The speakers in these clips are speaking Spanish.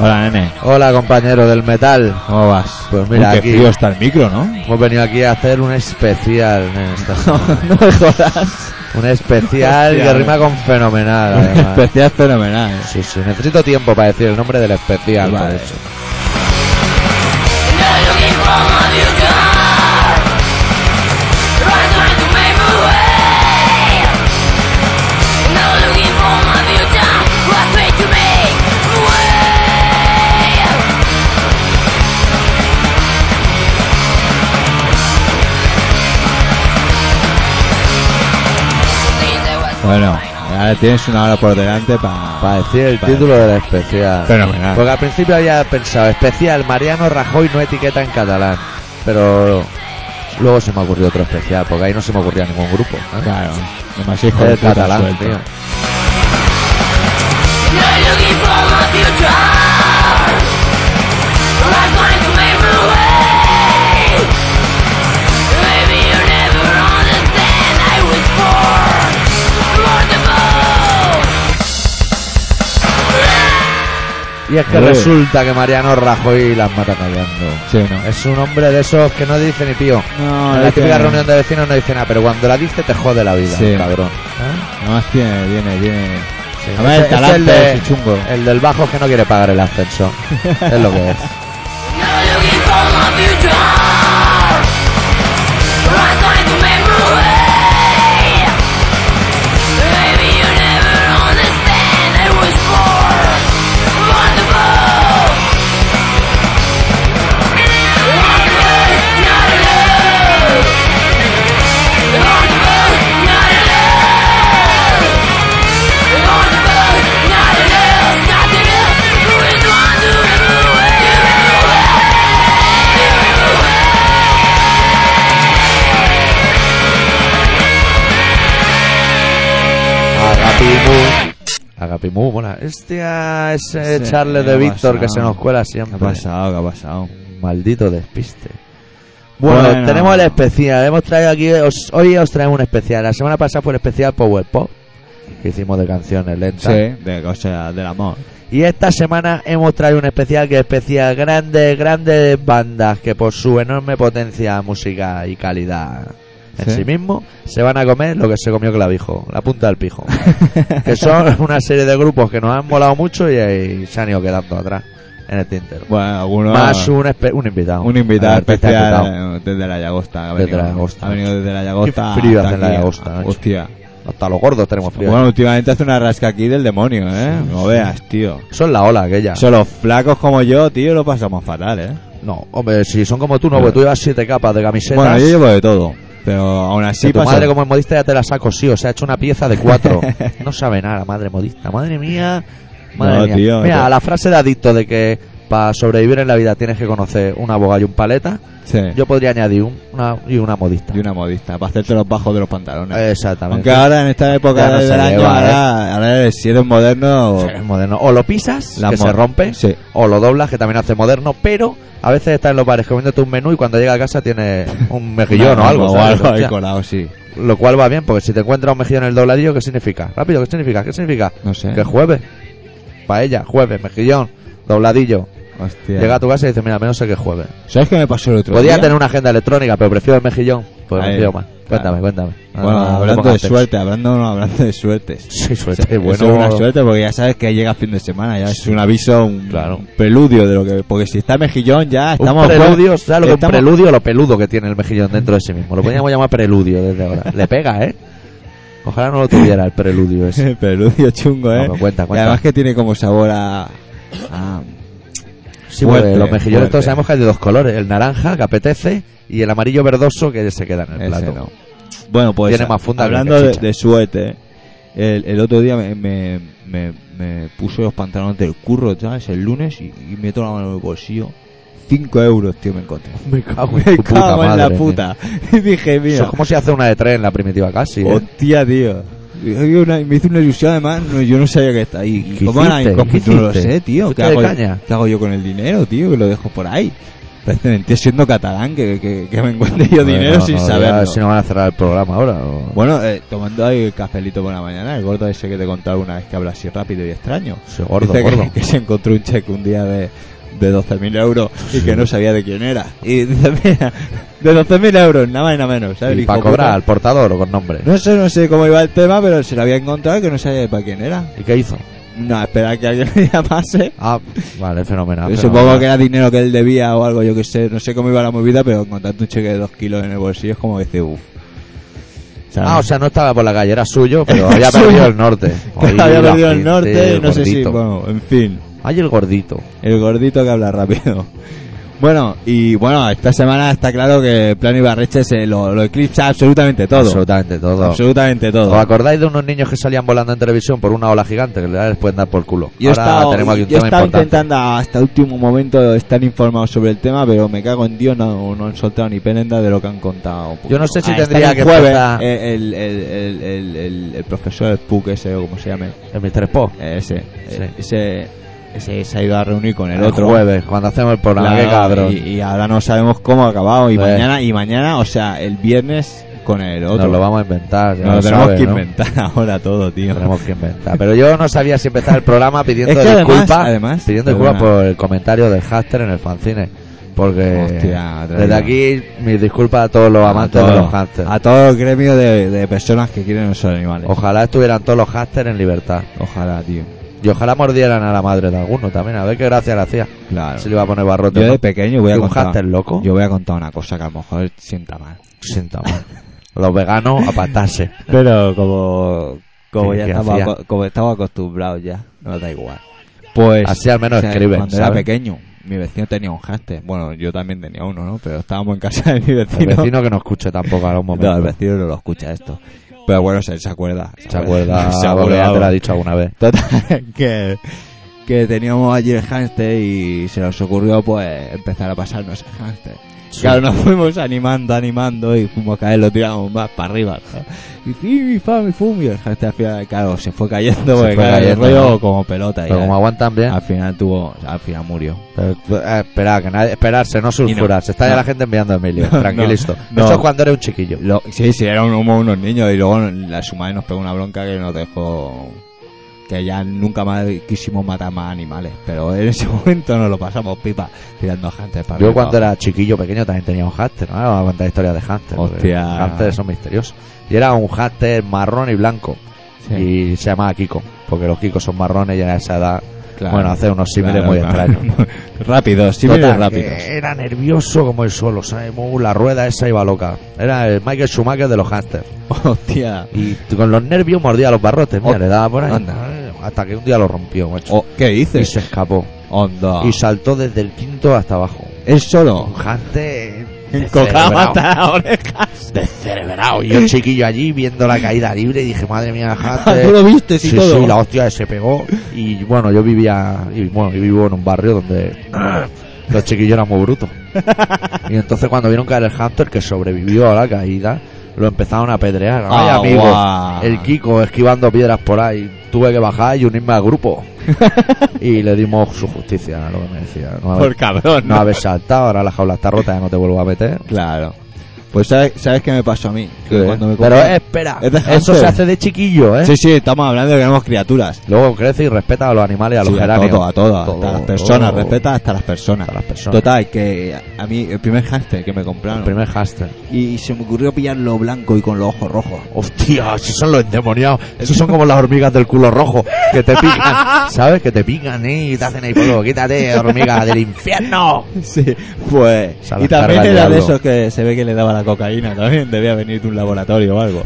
Hola, nene. Hola, compañero del metal. ¿Cómo vas? Pues mira, qué aquí frío está el micro, ¿no? hemos venido aquí a hacer un especial en esta semana. No me jodas. Un especial Hostia, que rima con fenomenal, Un además. especial fenomenal. Sí, necesito tiempo para decir el nombre del especial, Vale. por eso. Bueno, ahora tienes una hora por delante Para decir el título del especial. Fenomenal. Porque al principio había pensado, especial, Mariano Rajoy no etiqueta en catalán. Pero luego se me ocurrió otro especial, porque ahí no se me ocurría ningún grupo, ¿no? Claro, demasiado hijo de El puta catalán, suelto. tío. Y es que resulta que Mariano Rajoy las mata callando. Sí, ¿no? Es un hombre de esos que no dice ni pío. No, En la típica reunión de vecinos no dice nada, pero cuando la dice te jode la vida, Sí. cabrón. ¿Eh? Nomás viene. Sí. Además, el Es talante es chungo. el del bajo que no quiere pagar el ascenso. Es lo que es. Agapimu, bueno, ese Sí, Charles ¿qué de ha Víctor que pasado? se nos cuela ¿Qué siempre. ha pasado? ¿Qué ha pasado? Maldito despiste. Bueno, Bueno. tenemos el especial. Hemos traído aquí, hoy os traemos un especial. La semana pasada fue el especial Power Pop, que hicimos de canciones lentas. Sí, o sea, del amor. Y esta semana hemos traído un especial que es especial grandes bandas que por su enorme potencia, música y calidad en Sí. sí mismo se van a comer lo que se comió Clavijo, la punta del pijo. Que son una serie de grupos que nos han molado mucho y se han ido quedando atrás en el tintero. Bueno, algunos. Más un invitado. Un invitado A ver, ¿qué te ha quitado? especial desde la Llagosta. Ha Desde venido, la Llagosta. Ha venido desde la Llagosta. Qué frío hasta hace en la aquí. Llagosta, macho. Hostia. Hasta los gordos tenemos frío. Bueno, últimamente hace una rasca aquí del demonio, ¿eh? No veas, tío. Son la ola aquella. Son los flacos como yo, tío, lo pasamos fatal, ¿eh? No, hombre, si son como tú, no, porque tú llevas 7 capas de camisetas. Bueno, yo llevo de todo. Pero aún así Que tu pasa. madre como es modista ya te la saco, sí, o sea, ha hecho una pieza de 4. No sabe nada la madre modista. Madre mía. Madre No, mía. tío, Mira, tío. la frase de adicto de que para sobrevivir en la vida tienes que conocer una abogado y un paleta, Sí. yo podría añadir una modista. Y una modista, para hacerte los bajos de los pantalones. Exactamente. Aunque ahora en esta época Ya no del se año, lleva, ahora si eres moderno, Sí, es moderno. O lo pisas, La que se mo- rompe, sí. o lo doblas, que también hace moderno, pero a veces estás en los bares comiéndote un menú y cuando llega a casa tiene un mejillón o algo. o ¿sabes? algo ahí Hostia. colado, sí. Lo cual va bien, porque si te encuentras un mejillón en el dobladillo, ¿qué significa? Rápido, ¿qué significa? ¿Qué significa? No sé. Que jueves. Paella, jueves, mejillón, dobladillo. Hostia. Llega a tu casa y dices, mira, menos sé que es jueves. ¿Sabes qué me pasó el otro Podía día? tener una agenda electrónica, pero prefiero el mejillón. Pues Ahí, me fío más. claro. Cuéntame. Bueno, No hablando pongas de tenso. suerte, hablando de suertes. Sí, suerte. Eso Bueno, es una suerte porque ya sabes que llega fin de semana, ya es un aviso, un Claro. preludio de lo que... Porque si está mejillón ya estamos... un preludio, ¿sabes lo que es un estamos- preludio? Lo peludo que tiene el mejillón dentro de sí mismo. Lo podríamos llamar preludio desde ahora. Le pega, ¿eh? Ojalá no lo tuviera el preludio ese. Preludio chungo, ¿eh? No, pero cuenta. Y además que tiene como sabor a Sí, fuerte, porque los mejillones fuerte. todos sabemos que hay de dos colores. El naranja, que apetece, y el amarillo verdoso, que se queda en el ese plato. no. Bueno, pues Tiene más funda que hablando cachicha. de suerte, el otro día me puse los pantalones del curro, ¿sabes? El lunes y meto la mano en el bolsillo. 5 euros, tío, me encontré. Me cago en Me tu cago puta en la madre, puta. Y dije, tío. mira, Eso es como si hace una de 3 en la primitiva casi, ¿eh? hostia, tío. Me hizo una ilusión, además, yo no sabía que está ahí. ¿Qué ¿Cómo era? hiciste? ¿Cómo? ¿Qué No lo hiciste? sé, tío. ¿Qué ¿Fuiste de hago, caña? ¿Qué hago yo con el dinero, tío? Que lo dejo por ahí. Parece mentira siendo catalán que me encuentre yo dinero sin saberlo. A ver si no van a cerrar el programa ahora. O... Bueno, tomando ahí el cafelito por la mañana, el gordo ese que te he contado una vez que habla así rápido y extraño. Sí, gordo, dice gordo. Que se encontró un cheque un día de 12.000 euros y que no sabía de quién era. Y dice, mira, de 12.000 euros, nada más y nada menos, ¿sabes? ¿Y para cobrar al portador o con nombre? No sé cómo iba el tema, pero se lo había encontrado y que no sabía para quién era. ¿Y qué hizo? No, espera que alguien le llamase. Ah, vale, fenomenal. Supongo que era dinero que él debía o algo, yo que sé. No sé cómo iba la movida, pero encontrarte un cheque de 2 kilos en el bolsillo es como decir, uff. O sea, no estaba por la calle, era suyo, pero había perdido el norte. Había perdido el norte, no sé si, bueno, en fin. Ay, el gordito. El gordito que habla rápido. Bueno, esta semana está claro que Plano Ibarreche se lo eclipsa absolutamente todo. Absolutamente todo. Absolutamente todo. ¿Os acordáis de unos niños que salían volando en televisión por una ola gigante que les pueden dar por culo? Yo tenemos aquí un tema estaba importante. intentando hasta el último momento estar informado sobre el tema, pero me cago en Dios, no han soltado ni penenda de lo que han contado. Yo no sé si está tendría el que jueves, empezar... el profesor Spook ese, o como se llame. El Mr. Spock. Ese se ha ido a reunir con el otro jueves, cuando hacemos el programa. Claro, Qué cabrón. y ahora no sabemos cómo ha acabado. Y Pues, mañana, o sea, el viernes con el otro. Nos lo vamos a inventar. Nos lo tenemos que inventar ahora todo, tío. Tenemos que inventar. Pero yo no sabía si empezar el programa pidiendo es que disculpas. Pidiendo disculpas por el comentario del Haster en el fanzine. Porque hostia, desde aquí mis disculpas a todos los amantes de los Hasters. A todo el gremio de personas que quieren esos animales. Ojalá estuvieran todos los Hasters en libertad. Ojalá, tío. Y ojalá mordieran a la madre de alguno también, a ver qué gracia le hacía. Claro. Se le iba a poner barrote. Yo de pequeño voy a contar. ¿Un Haster loco? Yo voy a contar una cosa que a lo mejor sienta mal. Sienta mal. Los veganos a patarse. Pero como Sí, ya estamos acostumbrados ya, nos da igual. Pues así al menos escriben. Cuando ¿sabes? era pequeño, mi vecino tenía un Haster. Bueno, yo también tenía uno, ¿no? Pero estábamos en casa de mi vecino. El vecino que no escuche tampoco a los momentos. No, el vecino no lo escucha esto. Pero bueno, se acuerda. Se acuerda, porque ya te lo ha dicho alguna vez. Total, que teníamos allí el hámster y se nos ocurrió pues empezar a pasarnos el hámster. Sí. Claro, nos fuimos animando y fuimos a caer, lo tiramos más para arriba, ¿no? Y fum, y el hámster al final, claro, se fue cayendo, porque el rollo, ¿no? Como pelota. Pero como aguantan bien. Al final murió. Pero, esperarse, no sulfurarse. Está ya la gente enviando a Emilio, tranquilisto. No. Eso es cuando eres un chiquillo. Sí, eran unos niños y luego su madre nos pegó una bronca que nos dejó... Que ya nunca más quisimos matar más animales, pero en ese momento nos lo pasamos pipa tirando hámster para yo cuando era chiquillo pequeño también tenía un hámster, ¿no? Vamos a contar historias de hámster. Hostia. Los hámsters son misteriosos. Y era un hámster marrón y blanco. Sí. Y se llamaba Kiko, porque los Kikos son marrones y a esa edad, claro, bueno, hace unos símiles muy extraños. Rápidos, símiles rápidos. Era nervioso como el suelo, ¿sabes? La rueda esa iba loca. Era el Michael Schumacher de los hámsters. Hostia. Y con los nervios mordía los barrotes, mira, le daba por ahí. Anda. Hasta que un día lo rompió, macho. ¿Qué dices? Y se escapó. Onda. Y saltó desde el quinto hasta abajo. ¿Él solo? Un hámster encocado hasta las orejas. Descerebrado. Y yo chiquillo allí viendo la caída libre y dije, madre mía, hámster. ¿Tú lo viste? Sí, todo. Sí, la hostia se pegó. Y bueno, yo vivo en un barrio donde los chiquillos eran muy brutos. Y entonces cuando vieron caer el hámster, que sobrevivió a la caída, lo empezaron a apedrear. Ay, amigo, wow. El Kiko esquivando piedras por ahí. Tuve que bajar y unirme al grupo. Y le dimos su justicia, lo que me decía. Por cabrón. No haber saltado, ahora la jaula está rota, ya no te vuelvo a meter. Claro. Pues ¿sabes qué me pasó a mí? Que cuando me pero espera, eso se hace de chiquillo, ¿eh? Sí, estamos hablando de que éramos criaturas. Luego crece y respeta a los animales y a los geranios. A todas, hasta las personas, respeta hasta las personas. Total, que a mí, el primer hámster que me compraron. El primer hámster. Y se me ocurrió pillarlo blanco y con los ojos rojos. Hostia, si son los endemoniados. Esos son como las hormigas del culo rojo, que te pican, ¿sabes? Que te pican, y te hacen ahí polvo. Quítate, hormiga del infierno. Sí, pues. Y también era de esos que se ve que le daba la cocaína también, debía venir de un laboratorio o algo.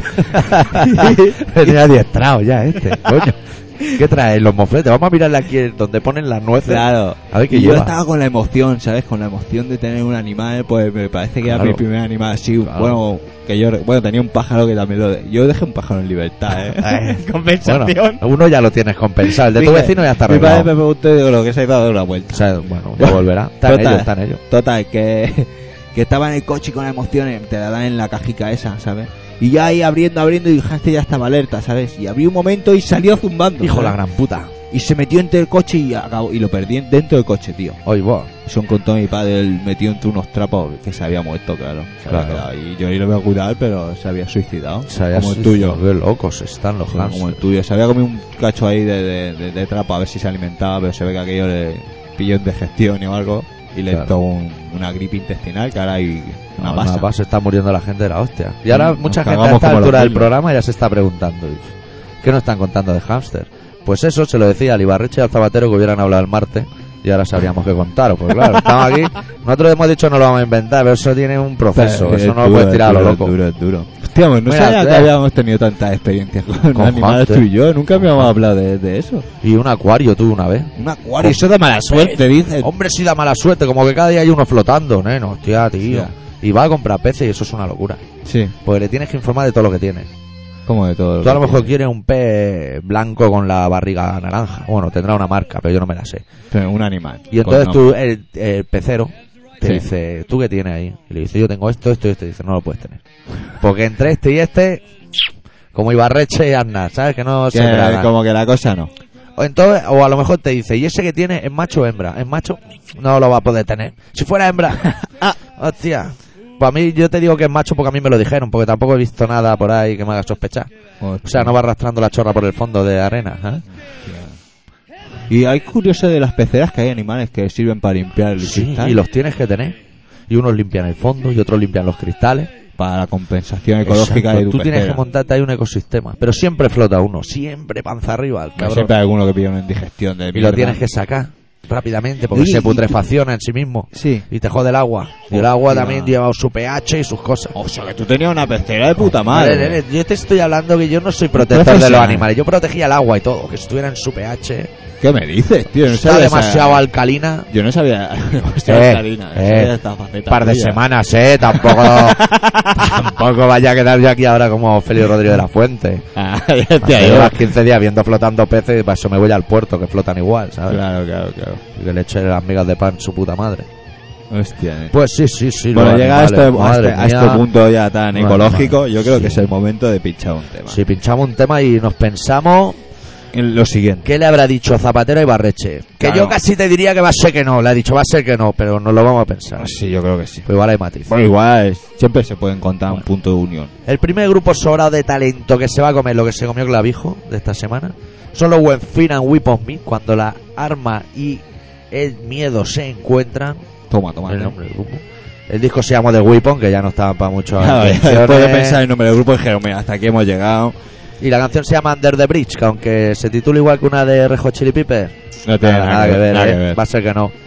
Venía adiestrado ya coño. ¿Qué trae? Los mofletes. Vamos a mirarle aquí donde ponen las nueces. Claro. A ver qué y lleva. yo estaba con la emoción, ¿sabes? Con la emoción de tener un animal, pues me parece que era mi primer animal así. Claro. Bueno, tenía un pájaro que también yo dejé un pájaro en libertad, compensación. Bueno, uno ya lo tienes compensado. El de tu vecino ya está arreglado. Mi padre me preguntó y digo, lo que se ha dado una vuelta. O sea, bueno, ya volverá. Está en ello. Total, que estaba en el coche con la emoción, te la dan en la cajica esa, ¿sabes? Y ya ahí abriendo y el hámster ya estaba alerta, ¿sabes? Y abrió un momento y salió zumbando. Hijo de la gran puta. y se metió entre el coche y acabó, y lo perdí dentro del coche, tío. Oye, vos. Eso contó mi padre, él metido entre unos trapos que se había muerto, claro. Se había quedado. Y yo ni lo voy a cuidar, pero se había suicidado. Como el tuyo. Qué locos están los hamsters. Como el tuyo. Se había comido un cacho ahí de trapo a ver si se alimentaba, pero se ve que aquello le pilló en digestión o algo y le entró una gripe intestinal que ahora hay una pasa. Se está muriendo la gente de la hostia. Y ahora mucha gente a cagamos esta como altura los del niños. programa ya se está preguntando, ¿qué nos están contando de hámster? Pues eso se lo decía al Ibarreche y al Zapatero que hubieran hablado el martes y ahora sabríamos qué contaros. Pues claro, estamos aquí, nosotros hemos dicho no lo vamos a inventar, pero eso tiene un proceso, eso no lo puedes tirar a lo loco. Es duro. Hostia, pues no Mira, sabía que habíamos tenido tantas experiencias con animales hámster. tú y yo. Nunca me habíamos hablado de eso. Y un acuario tuve una vez. Un acuario, eso da mala suerte, dices. Hombre, sí da mala suerte, como que cada día hay uno flotando, ¿no? Hostia, tío. Hostia. Y va a comprar peces y eso es una locura. Sí, Porque le tienes que informar de todo lo que tiene. como de todo. Tú a lo mejor quieres un pez blanco con la barriga naranja. Bueno, tendrá una marca, pero yo no me la sé. Pero un animal. Y entonces Con tú, el pecero, te Sí. dice, ¿tú qué tienes ahí? Y le dice, yo tengo esto, esto y esto. Y dice, no lo puedes tener. Porque entre este y este, como Ibarreche y Aznar, ¿sabes? Que no se tragan. como que la cosa no. O a lo mejor te dice, ¿y ese que tiene es macho o hembra? ¿Es macho? No lo va a poder tener. Si fuera hembra, hostia. Pues a mí, yo te digo que es macho porque a mí me lo dijeron, porque tampoco he visto nada por ahí que me haga sospechar. O sea, no va arrastrando la chorra por el fondo de arena, ¿eh? Y hay curioso de las peceras que hay animales que sirven para limpiar el Sí, cristal. y los tienes que tener. Y unos limpian el fondo y otros limpian los cristales. Para la compensación ecológica Exacto. de tu Tú tienes pecera. que montarte ahí un ecosistema. Pero siempre flota uno, siempre panza arriba, el cabrón. Siempre hay alguno que pilla una indigestión de Y lo mierda. tienes que sacar rápidamente porque Y- se y- putrefacciona en sí mismo. Sí. Y te jode el agua. Y el agua Hostia. también lleva su pH y sus cosas. O sea, que tú tenías una pecera de puta madre. Vale, nene, yo te estoy hablando que yo no soy protector de los Profesional. animales. Yo protegía el agua y todo, que estuviera en su pH. ¿Qué me dices, tío? No Está sabía demasiado esa- alcalina. Yo no sabía demasiado alcalina. No sabía esta faceta Par de tuya. semanas, tampoco tampoco vaya a quedar yo aquí ahora como Félix Rodríguez de la Fuente. Ah, ya te Llevas llevas. 15 días viendo flotando peces y para eso me voy al puerto, que flotan igual, ¿sabes? Claro. Y que le eche las migas de pan su puta madre. Hostia, Pues sí. bueno, los llega a animales, este, madre a este mía. punto ya tan Madre ecológico, mía. yo creo que Sí. es el momento de pinchar un tema. Si pinchamos un tema y nos pensamos, En lo siguiente. ¿qué le habrá dicho Zapatero a Ibarreche? Que Claro. yo casi te diría que va a ser que no. Le ha dicho va a ser que no, pero nos lo vamos a pensar. Sí, yo creo que sí. Pues igual hay matices. Bueno, igual siempre se puede encontrar un punto de unión. El primer grupo sobrado de talento que se va a comer lo que se comió Clavijo de esta semana son los When Fear and Weapon Me, cuando la arma y el miedo se encuentran. Toma. El nombre del grupo. El disco se llama The Weapon, que ya no estaba para mucho. Después de pensar el nombre del grupo, dijeron, mira, hasta aquí hemos llegado. Y la canción se llama Under the Bridge, que aunque se titula igual que una de Red Hot Chili Peppers, No tiene nada que ver, nada ¿eh? que ver. Va a ser que no.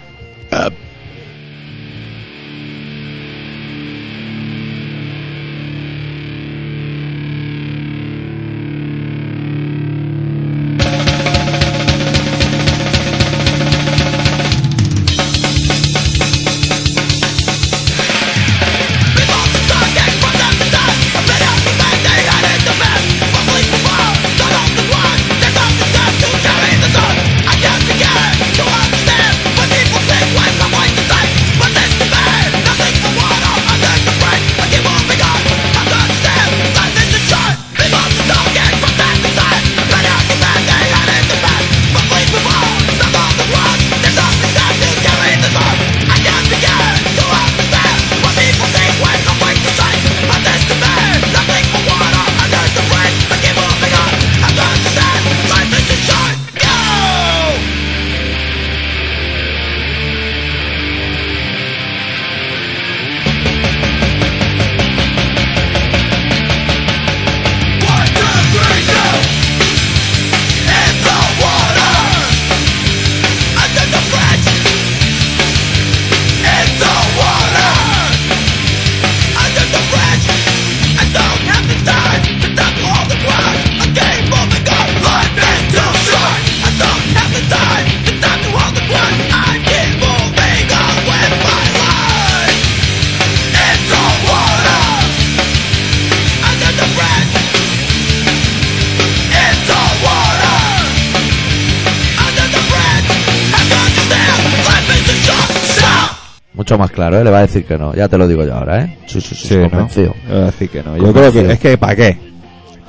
Mucho más claro, ¿eh? Le va a decir que no. Ya te lo digo yo ahora, ¿eh? Sí, Sí, convencido. ¿no? Así que no. Yo creo que es que ¿para qué?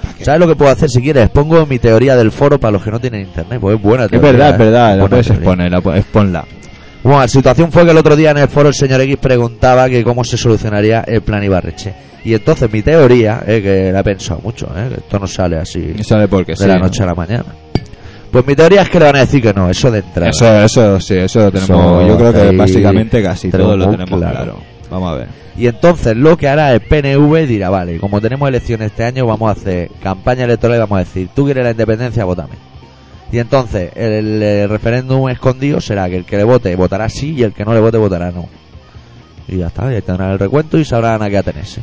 ¿Sabes lo que puedo hacer si quieres? Pongo mi teoría del foro para los que no tienen internet, pues es buena teoría. Es verdad, la puedes exponer. exponer, ponla. Bueno, la situación fue que el otro día en el foro el señor X preguntaba que cómo se solucionaría el plan Ibarreche. Y entonces mi teoría, que la he pensado mucho, que esto no sale así ¿Sale porque de la noche a la mañana. Pues mi teoría es que le van a decir que no, eso de entrada. Eso sí, eso lo tenemos. Eso, yo creo que ahí básicamente casi todo lo muy tenemos claro. Vamos a ver. Y entonces lo que hará el PNV dirá, vale, como tenemos elecciones este año, vamos a hacer campaña electoral y vamos a decir, tú quieres la independencia, vótame. Y entonces el referéndum escondido será que el que le vote votará sí y el que no le vote votará no. Y ya está, ya tendrán el recuento y sabrán a qué atenerse.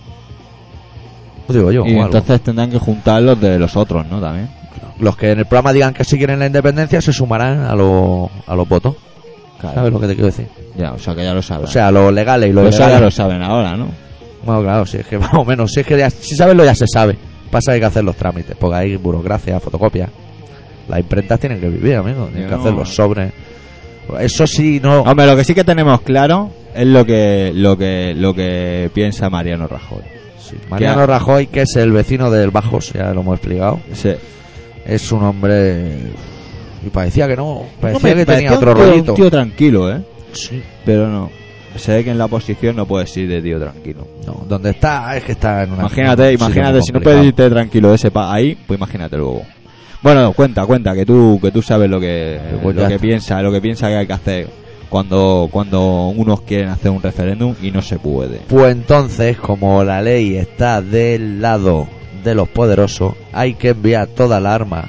Lo digo yo. Y entonces tendrán que juntar los de los otros, ¿no? También. Los que en el programa digan que sí quieren la independencia se sumarán a los votos. Claro. ¿Sabes lo que te quiero decir? Ya, o sea que ya lo saben. O sea, los legales y los pues ilegales. ya lo saben ahora, ¿no? Bueno, claro, si es que más o menos, si es que ya, si saberlo ya se sabe. Pasa que hay que hacer los trámites, porque hay burocracia, fotocopia. Las imprentas tienen que vivir, amigo. Tienen que hacer los sobres. Eso sí, no. Hombre, lo que sí que tenemos claro es lo que piensa Mariano Rajoy. Sí. Mariano Rajoy, que es el vecino del Bajos, ya lo hemos explicado. Sí. Es un hombre. Y parecía que no. Parecía que parecía tenía otro rollito. Un tío tranquilo, Sí. Pero no. Se ve que en la oposición no puedes ir de tío tranquilo. No, donde está es que está en una. Imagínate, si no puedes irte tranquilo de ese ahí, pues imagínate luego. Bueno, cuenta, que tú sabes lo que piensa que hay que hacer cuando unos quieren hacer un referéndum y no se puede. Pues entonces, como la ley está del lado de los poderosos, hay que enviar toda la arma.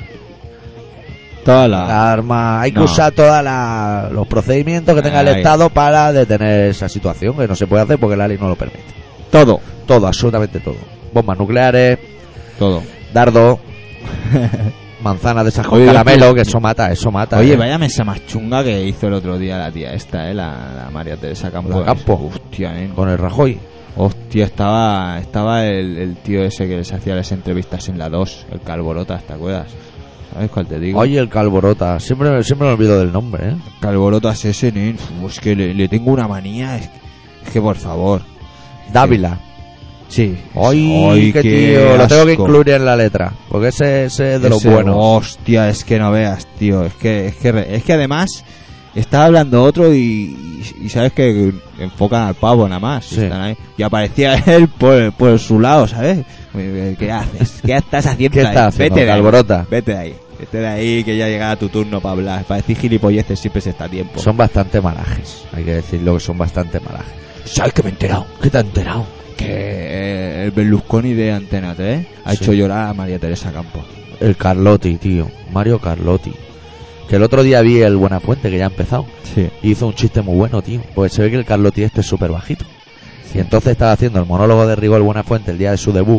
Hay que usar todos los procedimientos que tenga el Estado para detener esa situación, que no se puede hacer porque la ley no lo permite. Todo, absolutamente todo. Bombas nucleares, todo. dardo, manzanas de esas con caramelo, que eso mata. Oye, vaya mesa más chunga que hizo el otro día la tía esta, la María Teresa Campos. Hostia, con el Rajoy. Hostia, estaba el tío ese que les hacía las entrevistas en la 2, el Calborota, ¿te acuerdas? ¿Sabes cuál te digo? Oye, el Calborota, siempre me olvido del nombre, Calborota es ese, es que le tengo una manía, es que por favor. Dávila. Sí. Ay, qué tío, asco. Lo tengo que incluir en la letra, porque ese es de los buenos. Hostia, es que no veas, tío, es que además estaba hablando otro y sabes que enfocan al pavo nada más, sí. Están ahí, y aparecía él por su lado, ¿sabes? ¿Qué haces? ¿Qué estás haciendo? ¿Qué estás haciendo, Calborota? Vete de ahí, que ya llegará tu turno para hablar. Para decir gilipolleces siempre se está a tiempo. Son bastante malajes, hay que decirlo, que son bastante malajes. ¿Sabes que me he enterado? ¿Qué te has enterado? Que el Berlusconi de Antena 3 ha hecho llorar a María Teresa Campos. El Carlotti, tío, Mario Carlotti. Que el otro día vi el Buenafuente, que ya ha empezado. Sí. Y hizo un chiste muy bueno, tío. Porque se ve que el Carlotti es súper bajito. Sí. Y entonces estaba haciendo el monólogo de Rigol Buenafuente el día de su debut.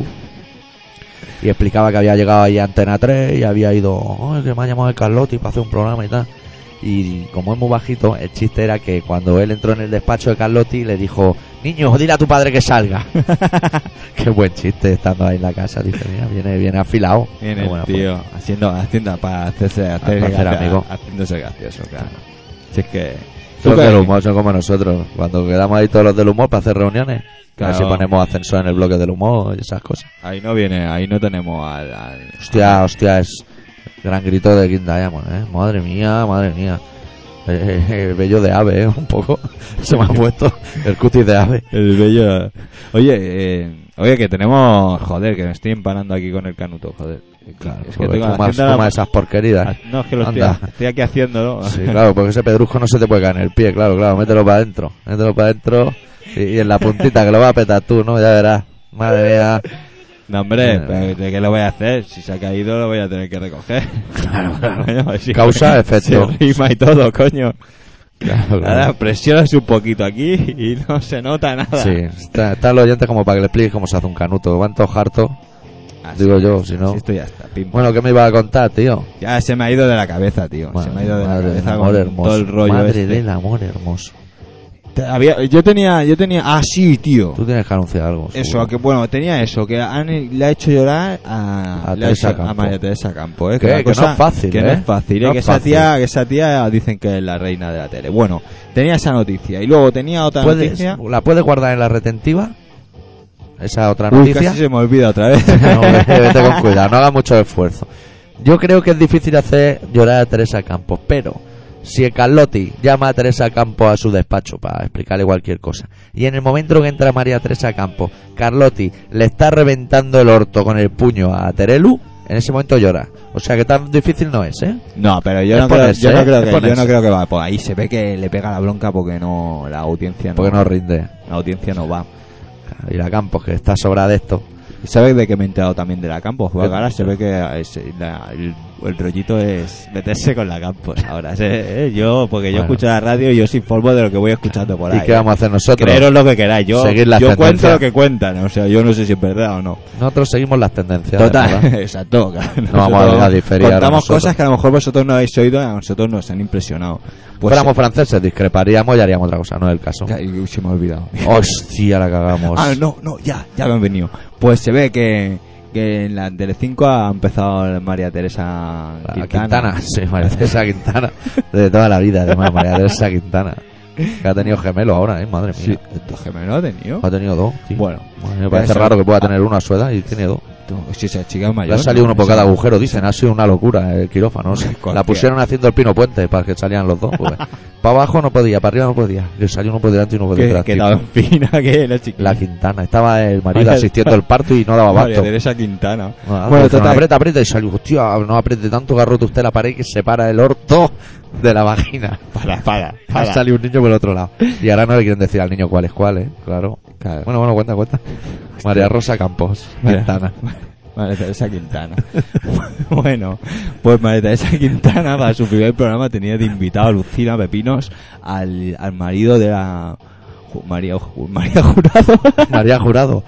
Y explicaba que había llegado ahí a Antena 3 y había ido, que me ha llamado el Carlotti para hacer un programa y tal. Y como es muy bajito, el chiste era que cuando él entró en el despacho de Carlotti le dijo: niño, dile a tu padre que salga. Qué buen chiste, estando ahí en la casa. Dice, mira, viene afilado. Viene el tío haciendo para hacerse haciéndose gracioso, claro. Si es que los del humor son como nosotros. Cuando quedamos ahí todos los del humor para hacer reuniones, claro. A ver si ponemos ascensor en el bloque del humor y esas cosas. Ahí no tenemos al... Hostia, es gran grito de King Diamond, Madre mía. El vello de ave, un poco. Se me ha puesto el cutis de ave. El vello... Oye, que tenemos... Joder, que me estoy empanando aquí con el canuto, joder. Claro, es que tengo fuma esas porquerías. No, es que lo estoy aquí haciéndolo. Sí, claro, porque ese pedrusco no se te puede caer en el pie, claro, mételo para adentro. Y en la puntita, que lo vas a petar tú, ¿no? Ya verás. Madre mía. No, hombre, ¿de qué lo voy a hacer? Si se ha caído lo voy a tener que recoger. Claro. Coño, si causa, efecto. Se rima y todo, coño. Claro. Nada, presionas un poquito aquí y no se nota nada. Sí, está el oyente como para que le expliques cómo se hace un canuto. ¿Cuánto harto? Digo yo, si no. Esto ya está. Pim. Bueno, ¿qué me iba a contar, tío? Ya se me ha ido de la cabeza, tío. Bueno, se me ha ido de la cabeza con hermoso. Todo el rollo. Madre del amor hermoso. Yo tenía... Ah, sí, tío. Tú tienes que anunciar algo. Eso, que bueno, tenía eso, que le ha hecho llorar a María Teresa Campos, que no es fácil, que no es fácil, no que es fácil. esa tía dicen que es la reina de la tele. Bueno, tenía esa noticia y luego tenía otra noticia. ¿La puedes guardar en la retentiva? esa otra Uy, noticia. casi se me olvida otra vez. No, vete con cuidado, no hagas mucho esfuerzo. Yo creo que es difícil hacer llorar a Teresa Campos, pero si Carlotti llama a Teresa Campos a su despacho para explicarle cualquier cosa, y en el momento que entra María Teresa Campos, Carlotti le está reventando el orto con el puño a Terelu, en ese momento llora. O sea que tan difícil no es, ¿eh? No, pero yo Es no creo, ponerse, yo no ¿eh? creo Es que, yo ponerse. no creo que va. Pues ahí se ve que le pega la bronca porque no, la audiencia no, Porque no rinde. la audiencia no va. Y la Campos, que está sobrada de esto. ¿Y sabes de qué me he enterado también de la Campos? Pues ¿Qué? ahora se ve que el rollito es meterse con la Campos. Ahora, yo, porque yo Bueno. escucho la radio y yo os informo de lo que voy escuchando por ahí. ¿Y qué vamos a hacer nosotros? Creeros lo que queráis. Yo Seguir las cuento tendencias. lo que cuentan. O sea, yo no sé si es verdad o no. Nosotros seguimos las tendencias. Total, ¿verdad? exacto. Claro. No vamos a diferir ahora Contamos nosotros. cosas que a lo mejor vosotros no habéis oído y a nosotros nos han impresionado. Pues Fuéramos franceses, discreparíamos y haríamos otra cosa, no es el caso. se me ha olvidado. Hostia, la cagamos. Ah, no, ya me han venido. Pues se ve que en la Telecinco ha empezado María Teresa Quintana. Sí, María Teresa Quintana. De toda la vida, además, María Teresa Quintana. Que ha tenido gemelo ahora, madre mía. Sí, ¿estos gemelos ha tenido? Ha tenido dos, tío. Bueno, Me parece eso- raro que pueda tener uno a su edad y tiene dos. si esa chica es mayor. Le ha salido ¿no? uno por Esa- cada agujero, dicen. Ha sido una locura el quirófano. Sí, La cualquiera. pusieron haciendo el Pino Puente para que salieran los dos. Pues. Para abajo no podía, para arriba no podía. Le salió uno por delante y uno por detrás. Que tío. tan fina que la chiquilla. La Quintana. Estaba el marido María- asistiendo al parto y no daba María abasto. Teresa Quintana. Bueno, Bueno, total. aprieta y salió. Hostia, no apriete tanto que ha roto usted la pared que separa el orto de la vagina. Para. Ha salido un niño por el otro lado. Y ahora no le quieren decir al niño cuál es cuál, ¿eh? Claro. Claro. Bueno, cuenta. María Rosa Campos. Mira. Quintana. María Teresa Quintana. Bueno, pues María Teresa Quintana para su primer programa tenía de invitado a Lucina Pepinos al marido de la María Jurado. María Jurado.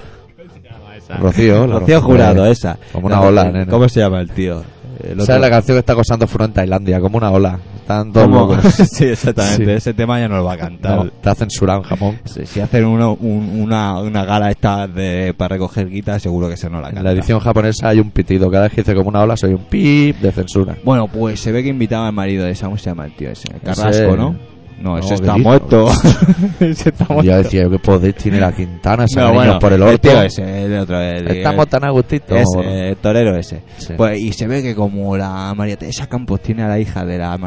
Rocío. Rocío Jurado, esa. Como una ola, nene. ¿Cómo se llama el tío? El Esa es la canción que está acosando fuera en Tailandia, como una ola. Están todos ¿Cómo? locos. Sí, exactamente. Sí. Ese tema ya no lo va a cantar. No, está censurado en Japón. Si hacen una gala esta para recoger guitas, seguro que se no la canta. En la edición japonesa hay un pitido. Cada vez que dice como una ola, soy un pip de censura. Bueno, pues se ve que invitaba al marido de esa, ¿cómo se llama el tío ese? Carrasco, Ese- ¿no? No, ese No, está ¿qué muerto. Ese está Y muerto. yo decía, ¿qué poder tiene la Quintana? Se No, bueno, por el el orto. tío ese, el otro. Estamos tan a gustito. Ese, el torero ese. Sí. Pues, y se ve que como la María Teresa Campos tiene a la hija de la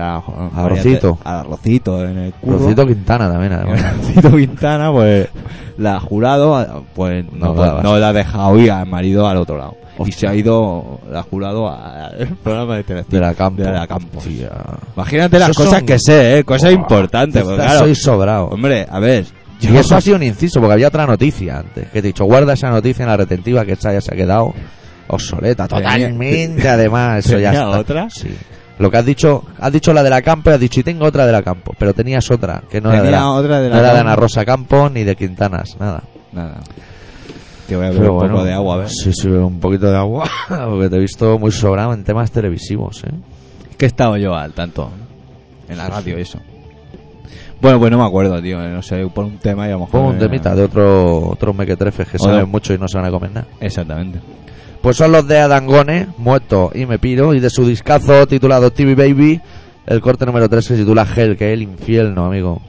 A Rocito. a Rocito en el curro. Rocito Quintana también, además. Rocito Quintana, pues la jurado, pues No no, daba. no la ha dejado ir al marido al otro lado. Y se ha ido la jurado al programa de Telecinco. De la Campos. De la Campos. Tía. Imagínate las Esos cosas son- que sé, cosas Buah, importantes. Porque, quizás claro, soy sobrado. hombre, a ver. Y eso ha sido un inciso, porque había otra noticia antes. Que te he dicho, guarda esa noticia en la retentiva, que esa ya se ha quedado obsoleta. Totalmente, además, eso ya ¿Tenía está. otra? Sí. Lo que has dicho la de la Campo, y has dicho, y tengo otra de la Campo. Pero tenías otra, que no era de Tenía la, otra de la no era de Campo. Ana Rosa Campos ni de Quintanas, nada. Nada. Que voy a beber un poco de agua, a ver. Sí, un poquito de agua, porque te he visto muy sobrado en temas televisivos, ¿eh? Que he estado yo al tanto en la radio y eso. Bueno, pues no me acuerdo, tío. No sé, por un tema y a lo mejor. Pon un temita de otros mequetrefes que O de- saben mucho y no se van a comer nada. Exactamente. Pues son los de Adangone, Muerto y Me Piro, y de su discazo titulado TV Baby, el corte número 3 que se titula Hell, que es el infierno, amigo.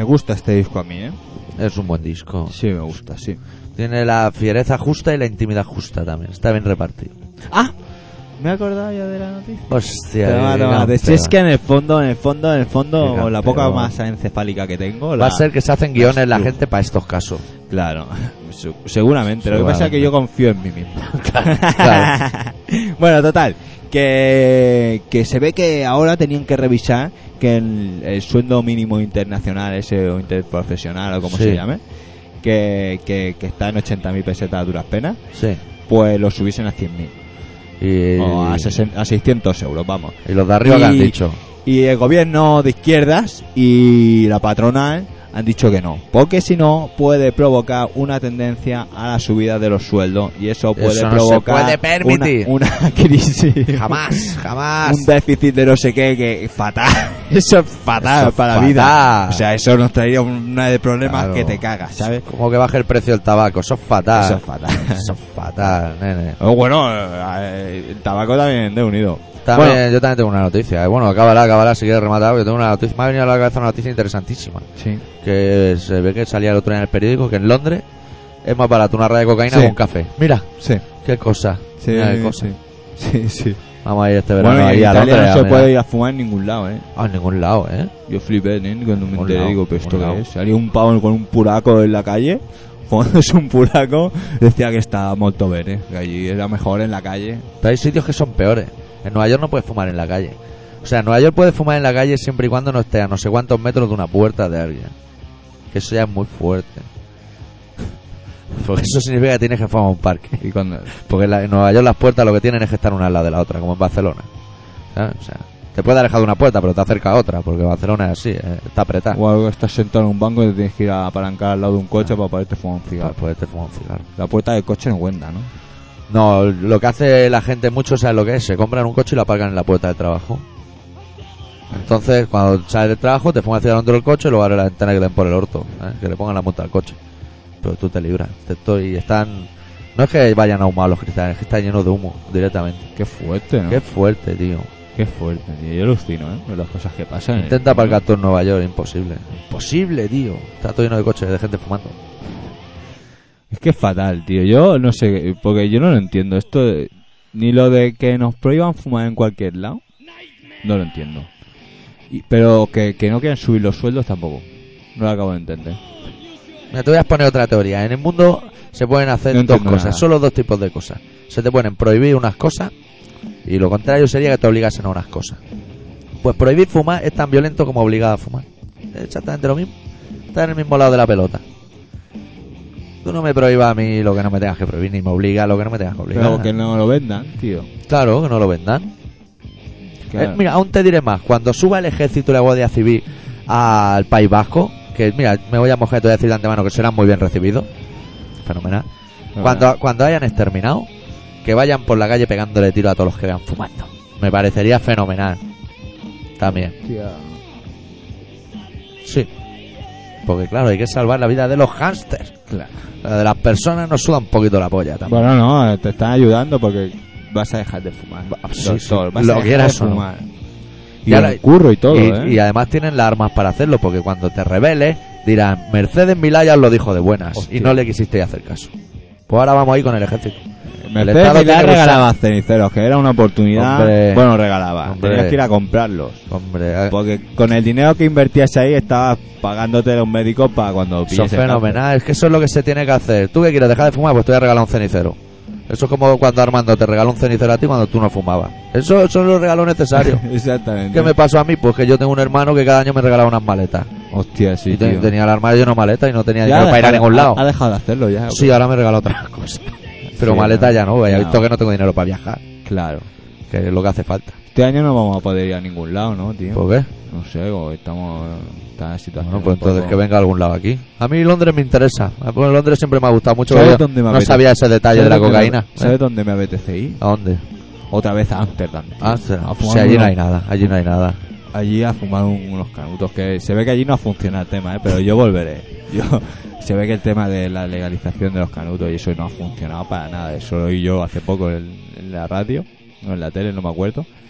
gusta este disco a mí, ¿eh? Es un buen disco. Sí, me gusta, sí. Tiene la fiereza justa y la intimidad justa también. Está bien repartido. ¡Ah! Me he acordado ya de la noticia. Hostia. Si es que en el fondo, Fíjate, la poca bueno. masa encefálica que tengo... Va a ser que se hacen guiones la gente para estos casos. Claro, seguramente. Lo que pasa es que yo confío en mí mismo. Claro. Bueno, total. Que se ve que ahora tenían que revisar que el sueldo mínimo internacional ese o interprofesional o como Sí. se llame, que está en 80.000 pesetas a duras penas, Sí. pues lo subiesen a 100.000 o a 600 euros, vamos. Y los de arriba que han dicho. Y el gobierno de izquierdas y la patronal han dicho que no, porque si no puede provocar una tendencia a la subida de los sueldos y eso puede Eso no provocar se puede permitir. una crisis, Jamás. un déficit de no sé qué, que fatal. Eso es fatal Eso es para fatal. la vida. O sea, eso nos traería una de problemas Claro. que te cagas, ¿sabes? Como que baje el precio del tabaco. Eso es fatal. Eso es fatal. Eso es fatal, nene. O bueno, el tabaco también de unido. También, Bueno. yo también tengo una noticia. Bueno, acábala si quieres rematar. Yo tengo una noticia. Me ha venido a la cabeza una noticia interesantísima. Sí. Que se ve que salía el otro día en el periódico que en Londres es más barato una raya de cocaína Sí. que un café. Mira, Sí. qué cosa. Sí, Mira qué cosa. sí. Vamos a ir este verano Bueno, y ahí en a Italia Londres. no se mira. puede ir a fumar en ningún lado, ¿eh? A ningún lado, ¿eh? Yo flipé, ¿eh? Cuando me Ningún enteré, lado, digo, ¿pero esto ningún qué lado. es? Salía un pavo con un puraco en la calle, fumándose un puraco, decía que estaba molto bene, que allí era mejor en la calle. Pero hay sitios que son peores. En Nueva York no puedes fumar en la calle. O sea, en Nueva York puedes fumar en la calle siempre y cuando no esté a no sé cuántos metros de una puerta de alguien. Que eso ya es muy fuerte. Porque eso significa que tienes que fumar en un parque. Y cuando... Porque en Nueva York las puertas lo que tienen es que estar una al lado de la otra, como en Barcelona. ¿Sabes? O sea, te puedes alejar de una puerta, pero te acerca a otra, porque Barcelona es así, está apretada. O algo, estás sentado en un banco y te tienes que ir a apalancar al lado de un coche para poderte fumar un Para cigarro. poderte fumar un cigarro. La puerta del coche no cuenta, ¿no? No, lo que hace la gente mucho, ¿sabes lo que es? Se compran un coche y lo aparcan en la puerta del trabajo. Entonces, cuando sales del trabajo, te fumas el cigarro dentro del coche y luego abre la ventana que te den por el orto, ¿eh? Que le pongan la multa al coche. Pero tú te libras. Y están... No es que vayan ahumados los cristales, es que están llenos de humo directamente. Qué fuerte, ¿no? Qué fuerte, tío. Qué fuerte, tío. Yo alucino, ¿eh? Con las cosas que pasan. Intenta aparcar todo en Nueva York, imposible. Imposible, tío. Está todo lleno de coches, de gente fumando. Es que es fatal, tío. Yo no sé, porque yo no lo entiendo. Esto, ni lo de que nos prohíban fumar en cualquier lado, no lo entiendo. Pero que no quieran subir los sueldos tampoco. No lo acabo de entender. Mira, te voy a exponer otra teoría. En el mundo se pueden hacer No dos entiendo cosas, nada. solo dos tipos de cosas. Se te pueden prohibir unas cosas y lo contrario sería que te obligasen a unas cosas. Pues prohibir fumar es tan violento como obligar a fumar. Es exactamente lo mismo. Está en el mismo lado de la pelota. Tú no me prohíbas a mí lo que no me tengas que prohibir, ni me obligas a lo que no me tengas que obligar. Pero que no lo vendan, tío. Claro, que no lo vendan. Claro. Mira, aún te diré más. Cuando suba el ejército y la Guardia Civil al País Vasco, que mira, me voy a mojar, te voy a decir de antemano que serán muy bien recibidos. Fenomenal. Cuando hayan exterminado, que vayan por la calle pegándole tiro a todos los que vean fumando. Me parecería fenomenal. También. Tía. Sí. Porque claro, hay que salvar la vida de los hámsters. Claro. La de las personas nos suda un poquito la polla también. Bueno, no, te están ayudando porque vas a dejar de fumar. Sí, Doctor, sí. vas Lo a dejar quieras de o no. fumar. Y Y ahora- el curro y todo, y además tienen las armas para hacerlo, porque cuando te rebeles dirán, Mercedes Milá lo dijo de buenas. Hostia. Y no le quisiste hacer caso. Pues ahora vamos ahí con el ejército. Mercedes Estado Milá tiene que regalaba ceniceros, que era una oportunidad. Hombre. Bueno, regalaba. Hombre. Tenías que ir a comprarlos. Hombre, Porque con el dinero que invertías ahí estabas pagándote a un médico para cuando eso pilles es el fenomenal. Es que eso es lo que se tiene que hacer. ¿Tú qué quieres? ¿Dejar de fumar? Pues te voy a regalar un cenicero. Eso es como cuando Armando te regaló un cenicero a ti cuando tú no fumabas. Eso es lo regalo necesario. cáncer. Exactamente. ¿Qué me pasó a mí? Pues que yo tengo un hermano que cada año me regalaba unas maletas. Hostia, sí, y tío. tenía el armario lleno de maletas y no tenía Ya dinero para ir a dejado- ningún lado. Ha dejado de hacerlo ya. Sí, ahora me regala otras cosas. Pero Sí, maletas ya no, ya he no. visto que no tengo dinero para viajar. Claro. Que es lo que hace falta. Este año no vamos a poder ir a ningún lado, ¿no, tío? ¿Por qué? No sé, o estamos en situación. Bueno, pues un poco- entonces que venga a algún lado aquí. A mí Londres me interesa. Pues Londres siempre me ha gustado mucho. ¿Sabes Yo dónde me no apetece? sabía ese detalle ¿Sabes de la dónde cocaína. ¿Sabes dónde me apetece ir? ¿A dónde? Otra vez a Ámsterdam. tío. Ah, A sí, fumar allí no unos- hay nada. Allí no hay nada. Allí a fumar unos canutos. Que se ve que allí no funciona el tema, pero yo volveré. Se ve que el tema de la legalización de los canutos y eso no ha funcionado para nada. Eso lo oí yo hace poco en la radio, o en la tele, no me acuerdo.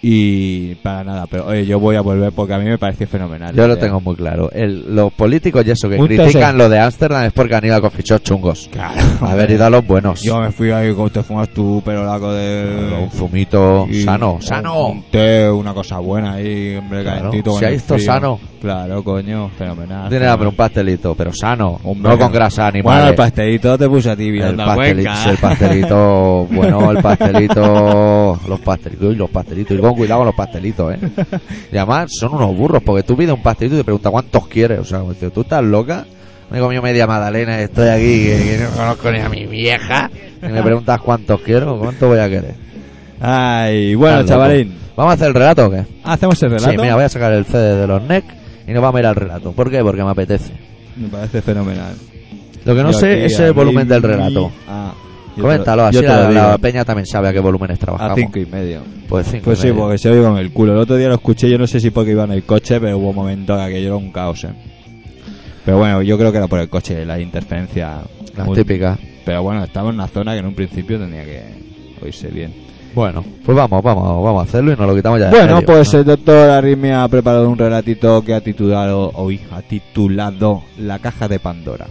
Y para nada, pero oye, yo voy a volver porque a mí me parece fenomenal. Yo lo tengo muy claro. Los políticos y eso que Un critican TC. lo de Ámsterdam es porque han ido a cofichos chungos. Claro. Haber ido a los buenos. Yo me fui ahí como te fumas tú, pero laco de... Un zumito y- sano, un- sano. Un té, una cosa buena ahí, hombre, Claro, calentito. si con hay el esto frío. sano. Claro, coño, fenomenal. Tiene hambre un pastelito, pero sano. Hombre, no con grasa Bueno, animal. el pastelito te puse a ti, El Violeta pastelito, Cuenca. sí, el pastelito, bueno, el pastelito, los pastelitos, y con cuidado con los pastelitos, y además son unos burros, porque tú pides un pastelito y te preguntas cuántos quieres, o sea, como dices, tú estás loca, me he comido media magdalena y estoy aquí, que no conozco ni a mi vieja, y me preguntas cuántos quiero, cuánto voy a querer. Ay, bueno, Estás loco. chavalín. ¿Vamos a hacer el relato o qué? ¿Hacemos el relato? Sí, mira, voy a sacar el CD de los NEC y nos vamos a ir al relato. ¿Por qué? Porque me apetece. Me parece fenomenal. Lo que no Yo sé aquí es a el volumen mí- del relato. Ah, yo Coméntalo, te lo- así yo te lo la digo. peña también sabe a qué volúmenes A trabajamos. 5:30. Pues 5. Pues sí, porque se oye con el culo. El otro día lo escuché, yo no sé si porque iba en el coche, pero hubo un momento que aquello era un caos, Pero bueno, yo creo que era por el coche, la interferencia. Las muy- típicas. Pero bueno, estaba en una zona que en un principio tenía que oírse bien. Bueno, pues vamos a hacerlo y nos lo quitamos ya de Bueno, medio, pues ¿no? el doctor Arritmia ha preparado un relatito que ha titulado La caja de Pandora.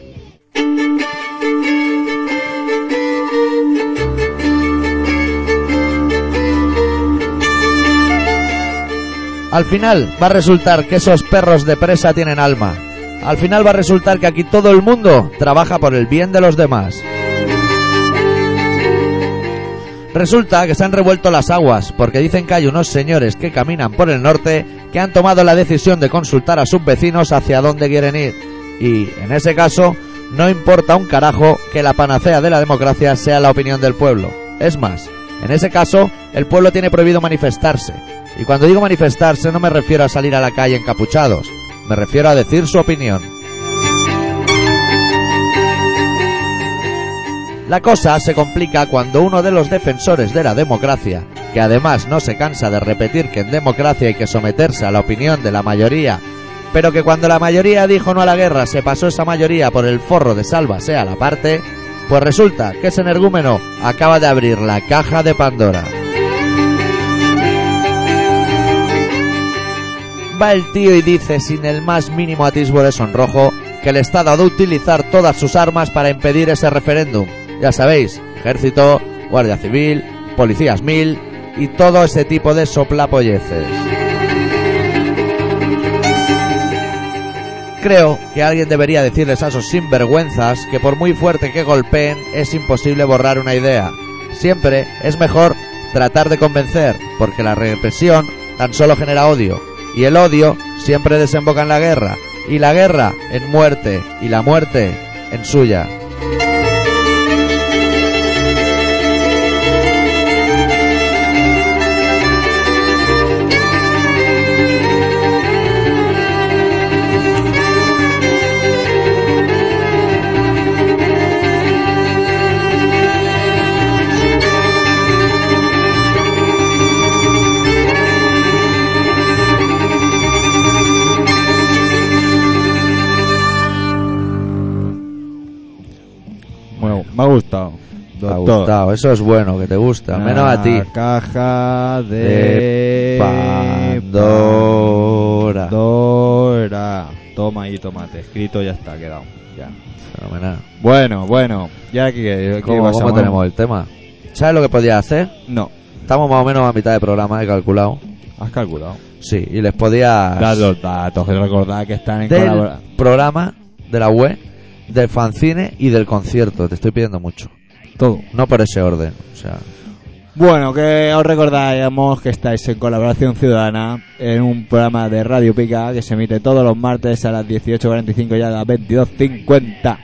Al final va a resultar que esos perros de presa tienen alma. Al final va a resultar que aquí todo el mundo trabaja por el bien de los demás. Resulta que se han revuelto las aguas, porque dicen que hay unos señores que caminan por el norte que han tomado la decisión de consultar a sus vecinos hacia dónde quieren ir. Y, en ese caso, no importa un carajo que la panacea de la democracia sea la opinión del pueblo. Es más, en ese caso, el pueblo tiene prohibido manifestarse. Y cuando digo manifestarse no me refiero a salir a la calle encapuchados, me refiero a decir su opinión. La cosa se complica cuando uno de los defensores de la democracia, que además no se cansa de repetir que en democracia hay que someterse a la opinión de la mayoría, pero que cuando la mayoría dijo no a la guerra se pasó esa mayoría por el forro de sálvase a la parte, pues resulta que ese energúmeno acaba de abrir la caja de Pandora. Va el tío y dice sin el más mínimo atisbo de sonrojo que le está dado a utilizar todas sus armas para impedir ese referéndum. Ya sabéis, ejército, guardia civil, policías 1000 y todo ese tipo de soplapolleces. Creo que alguien debería decirles a esos sinvergüenzas que por muy fuerte que golpeen es imposible borrar una idea. Siempre es mejor tratar de convencer, porque la represión tan solo genera odio, y el odio siempre desemboca en la guerra, y la guerra en muerte, y la muerte en suya. Bueno, me ha gustado. Me ha Doctor. gustado, eso es bueno, que te gusta, al menos a ti. La caja de Pandora. Pandora. Toma ahí, tomate. Escrito, ya está, quedado. Ya. Fenomenal. Bueno. Ya que ¿Cómo tenemos el tema? ¿Sabes lo que podía hacer? No. Estamos más o menos a mitad de programa, he calculado. Has calculado. Sí, y les podías... Dad los datos, que recordad que están en del colaboración. programa, de la web, del fanzine y del concierto. Te estoy pidiendo mucho. Todo. No por ese orden. O sea, Bueno, que os recordábamos que estáis en Colaboración Ciudadana en un programa de Radio Pica que se emite todos los martes a las 18:45 y a las 22:50.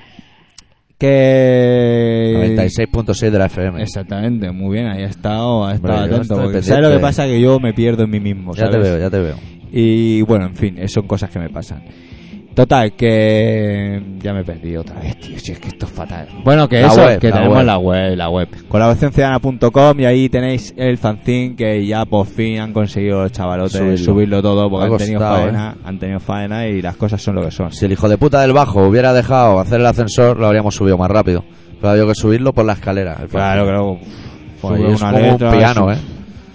Que 96.6 de la FM. exactamente, muy bien, ahí ha estado Hombre, yo atento. estoy Porque pendiente. ¿sabes lo que pasa? Que yo me pierdo en mí mismo, Ya ¿sabes? te veo. Y bueno, en fin, son cosas que me pasan. Total, que ya me perdí otra vez, tío, si es que esto es fatal. Bueno, que La eso, web, que la tenemos web. la web. Colaboracionciudadana.com y ahí tenéis el fanzine que ya por fin han conseguido los chavalotes subirlo todo porque Ha han tenido faena y las cosas son lo que son. Si el hijo de puta del bajo hubiera dejado hacer el ascensor, lo habríamos subido más rápido. Pero había que subirlo por la escalera. El Claro, fanzine. claro. Pues Sube es una como letra, un piano,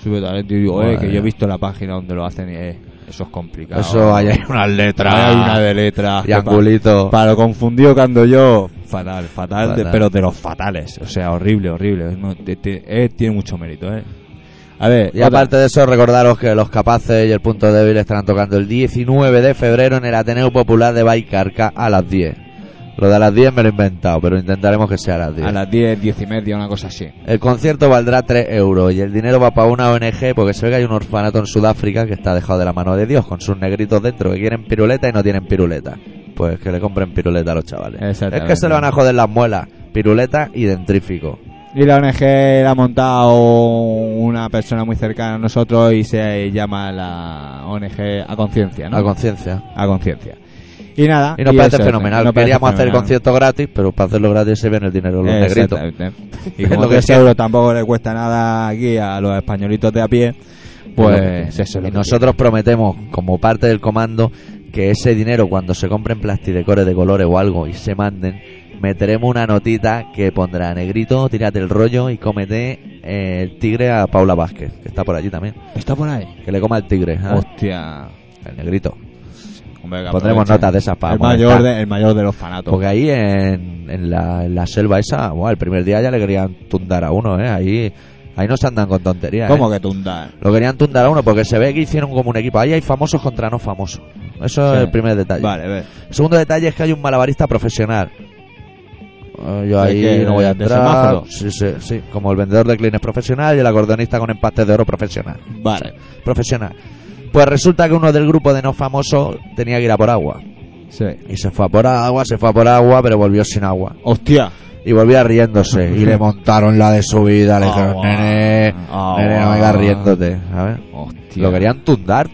Sube talento y digo, Madre que yo mía. he visto la página donde lo hacen y eso es complicado. Eso, ahí hay unas letras. Hay una de letras. Y angulito. Para lo confundido que ando yo, fatal, Fatal. pero de los fatales. O sea, horrible. No, tiene mucho mérito, A ver, Y aparte de eso, recordaros que Los Capaces y El Punto Débil estarán tocando el 19 de febrero en el Ateneo Popular de Baicarca a las 10. Lo de a las 10 me lo he inventado, pero intentaremos que sea a las 10. a las 10, 10 y media, una cosa así. El concierto valdrá 3 euros y el dinero va para una ONG porque se ve que hay un orfanato en Sudáfrica que está dejado de la mano de Dios con sus negritos dentro que quieren piruleta y no tienen piruleta. Pues que le compren piruleta a los chavales. Es Exactamente. que se le van a joder las muelas. Piruleta y dentrífico. Y la ONG la ha montado una persona muy cercana a nosotros y se llama la ONG A Conciencia, ¿no? A conciencia. A Conciencia. Y nada. Y nos parece eso, fenomenal. nos parece Queríamos hacer el fenomenal. concierto gratis, pero para hacerlo gratis se viene el dinero de los negritos. Exactamente. Y Es como lo que 3 sea. euros tampoco le cuesta nada aquí a los españolitos de a pie, pues eso es lo Y que nosotros prometemos, como parte del comando, que ese dinero, cuando se compren plastidecores de colores o algo y se manden, meteremos una notita que pondrá: negrito, tírate el rollo y cómete el tigre a Paula Vázquez, que está por allí también. está por ahí. Que le coma el tigre, ¿sabes? Hostia. El negrito. Hombre, que Pondremos aproveche. notas de esas para el mayor de los fanatos. Porque ahí en la selva esa, buah, el primer día ya le querían tundar a uno, ahí no se andan con tonterías. ¿Cómo que tundar? Lo querían tundar a uno porque se ve que hicieron como un equipo. Ahí hay famosos contra no famosos. Eso Sí. es el primer detalle. Vale, ve. El segundo detalle es que hay un malabarista profesional. Yo ¿De ahí qué? no voy a ¿De entrar. semáforo? Sí, como el vendedor de clines profesional y el acordeonista con empastes de oro profesional. Vale. Profesional. Pues resulta que uno del grupo de no famosos tenía que ir a por agua. Sí. Y se fue a por agua, pero volvió sin agua. Hostia. Y volvía riéndose. Y le montaron la de su vida. Le dijeron, nene, no vengas riéndote. ¿Sabes? Hostia. Lo querían tundar,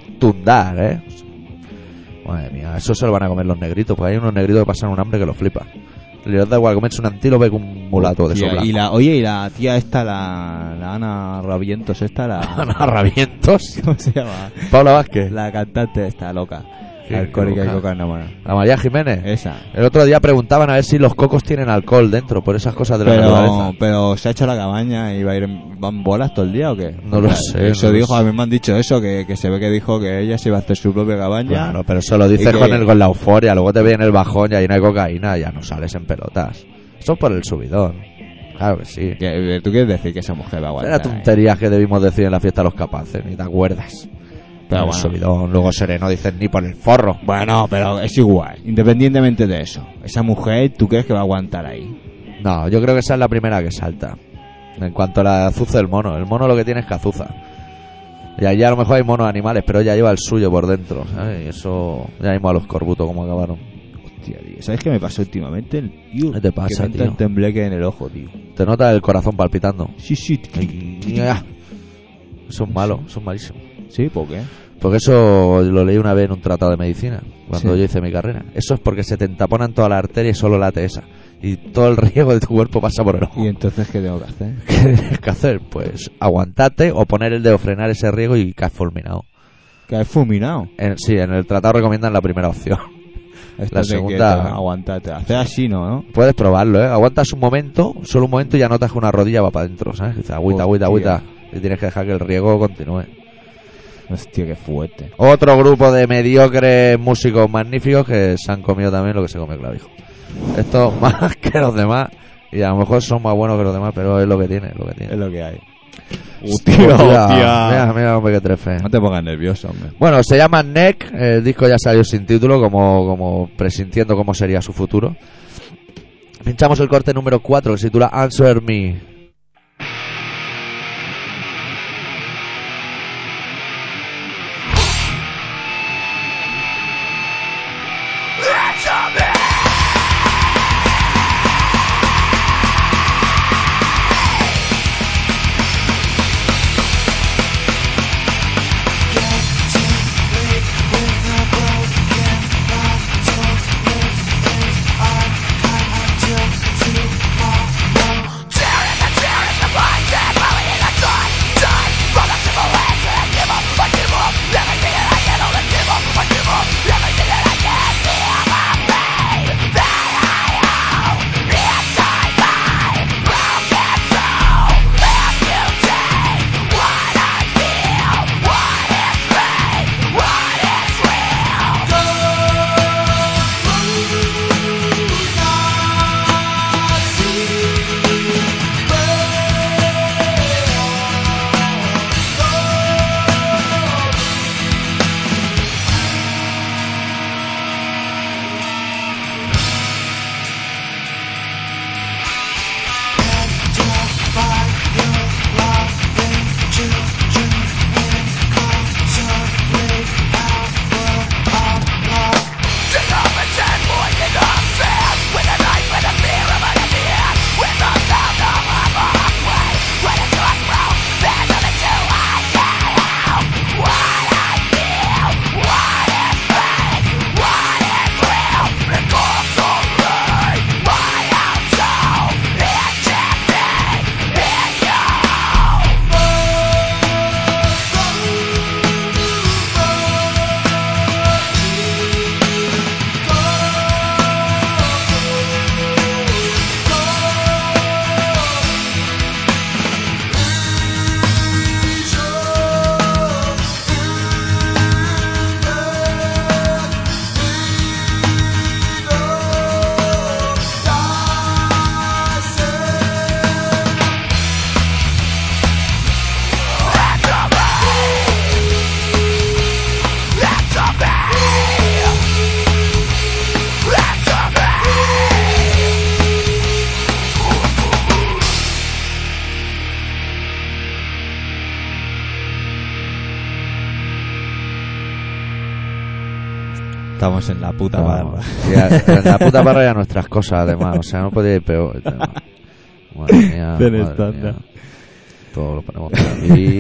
Madre mía, eso se lo van a comer los negritos. Pues hay unos negritos que pasan un hambre que los flipa. Les da igual comerse un antílope que un mulato de Hostia, esos blancos. y la tía esta, la Ana Rabientos esta, Ana Rabientos. ¿cómo se llama? Paula Vázquez. La cantante esta loca. Sí, Alcohólica y loca. cocaína. La María Jiménez. Esa. El otro día preguntaban a ver si los cocos tienen alcohol dentro por esas cosas de la naturaleza. Pero se ha hecho la cabaña y va a ir en bolas todo el día o qué? No lo sé, Eso no lo dijo, sé. a mí me han dicho eso, que se ve que dijo que ella se iba a hacer su propia cabaña. Claro, pero eso lo dices Y que- con la euforia. Luego te viene el bajón y ahí no hay cocaína, ya no sales en pelotas. Eso es por el subidón. Claro que sí. ¿Tú quieres decir que esa mujer va a aguantar? Era tonterías que debimos decir en la fiesta de los capaces, ni te acuerdas. Pero El bueno. subidón, luego sereno dicen ni por el forro. Bueno, pero es igual, independientemente de eso. Esa mujer, ¿tú crees que va a aguantar ahí? No, yo creo que esa es la primera que salta. En cuanto a la azuza del mono. El mono lo que tiene es que azuza. Y allí a lo mejor hay monos animales, pero ella lleva el suyo por dentro, ¿sabes? Y eso, ya mismo a los corbutos como acabaron. Hostia, tío. ¿Sabes qué me pasó últimamente? Tío, ¿Qué te pasa, que me entra tío? el tembleque en el ojo, tío. Te nota el corazón palpitando. Sí. Eso es malo, eso es malísimo. Sí, ¿por qué? Porque eso lo leí una vez en un tratado de medicina, cuando Sí. yo hice mi carrera. Eso es porque se te entaponan todas las arterias y solo late esa. Y todo el riego de tu cuerpo pasa por el ojo. ¿Y entonces qué tengo que hacer? ¿Qué tienes que hacer? Pues aguantarte o poner el dedo, frenar ese riego y caes fulminado. Que has fulminado. Sí, en el tratado recomiendan la primera opción. La segunda- Aguantate. Hacer así, ¿no? Puedes probarlo, ¿eh? Aguantas un momento, solo un momento y ya notas que una rodilla va para adentro, ¿sabes? Dices, agüita. Hostia. Y tienes que dejar que el riego continúe. Hostia, qué fuerte. Otro grupo de mediocres músicos magníficos que se han comido también lo que se come Clavijo. Estos más que los demás. Y a lo mejor son más buenos que los demás, pero es lo que tiene, es lo que tiene. Es lo que hay. Mira, hombre, que trefe. No te pongas nervioso, hombre. Bueno, se llama Neck. El disco ya salió sin título, como presintiendo cómo sería su futuro. Pinchamos el corte número 4, que se titula Answer Me. Tearing Estamos en la puta No, barra. sí, en la puta parra ya nuestras cosas, además. O sea, no podía ir peor. el tema. Madre mía, Tienes madre tanta. mía. Todo lo ponemos por aquí.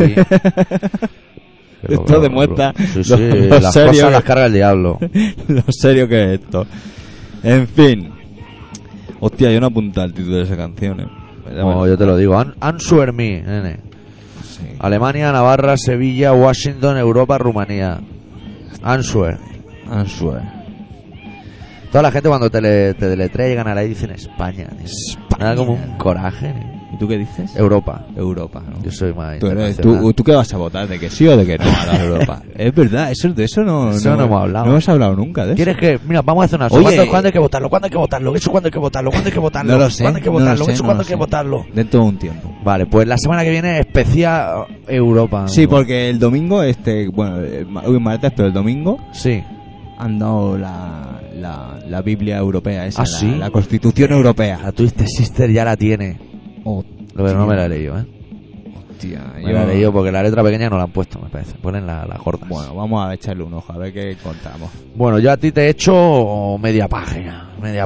Esto demuestra Sí, lo las serio cosas que- las carga el diablo. Lo serio que es esto. En fin. Hostia, yo no apunto al título de esa canción, Como yo te lo digo. Answer me, nene. Sí. Alemania, Navarra, Sevilla, Washington, Europa, Rumanía. Answer. Answer. Toda la gente cuando te deletrea llegan a la y dicen España. Tío. Me da como un coraje. Tío. ¿Y tú qué dices? Europa. Europa, ¿no? Yo soy más ¿Tú, internacional. ¿Tú qué vas a votar? ¿De que sí o de que no a la Europa? Es verdad, de eso no hemos hablado. No hemos hablado nunca de eso. ¿Quieres que.? Mira, vamos a hacer una Oye. cosa. ¿Cuándo hay que votarlo? ¿Cuándo hay que votarlo? ¿Eso cuándo hay que votarlo? ¿Cuándo hay que votarlo? No lo sé. ¿Cuándo hay que no lo votarlo? sé, ¿Eso no cuándo lo hay que sé. votarlo? Dentro de un tiempo. Vale, pues la semana que viene especial Europa. Sí, porque el domingo, hoy martes, pero el domingo Sí. han dado la Biblia europea esa, ¿Ah, sí? la Constitución Europea. La Twisted Sister ya la tiene. Pero no me la he leído, ¿eh? Hostia, Me la he leído porque la letra pequeña no la han puesto, me parece. Ponen la gorda. Bueno, vamos a echarle un ojo a ver qué encontramos. Bueno, yo a ti te he hecho media página. Media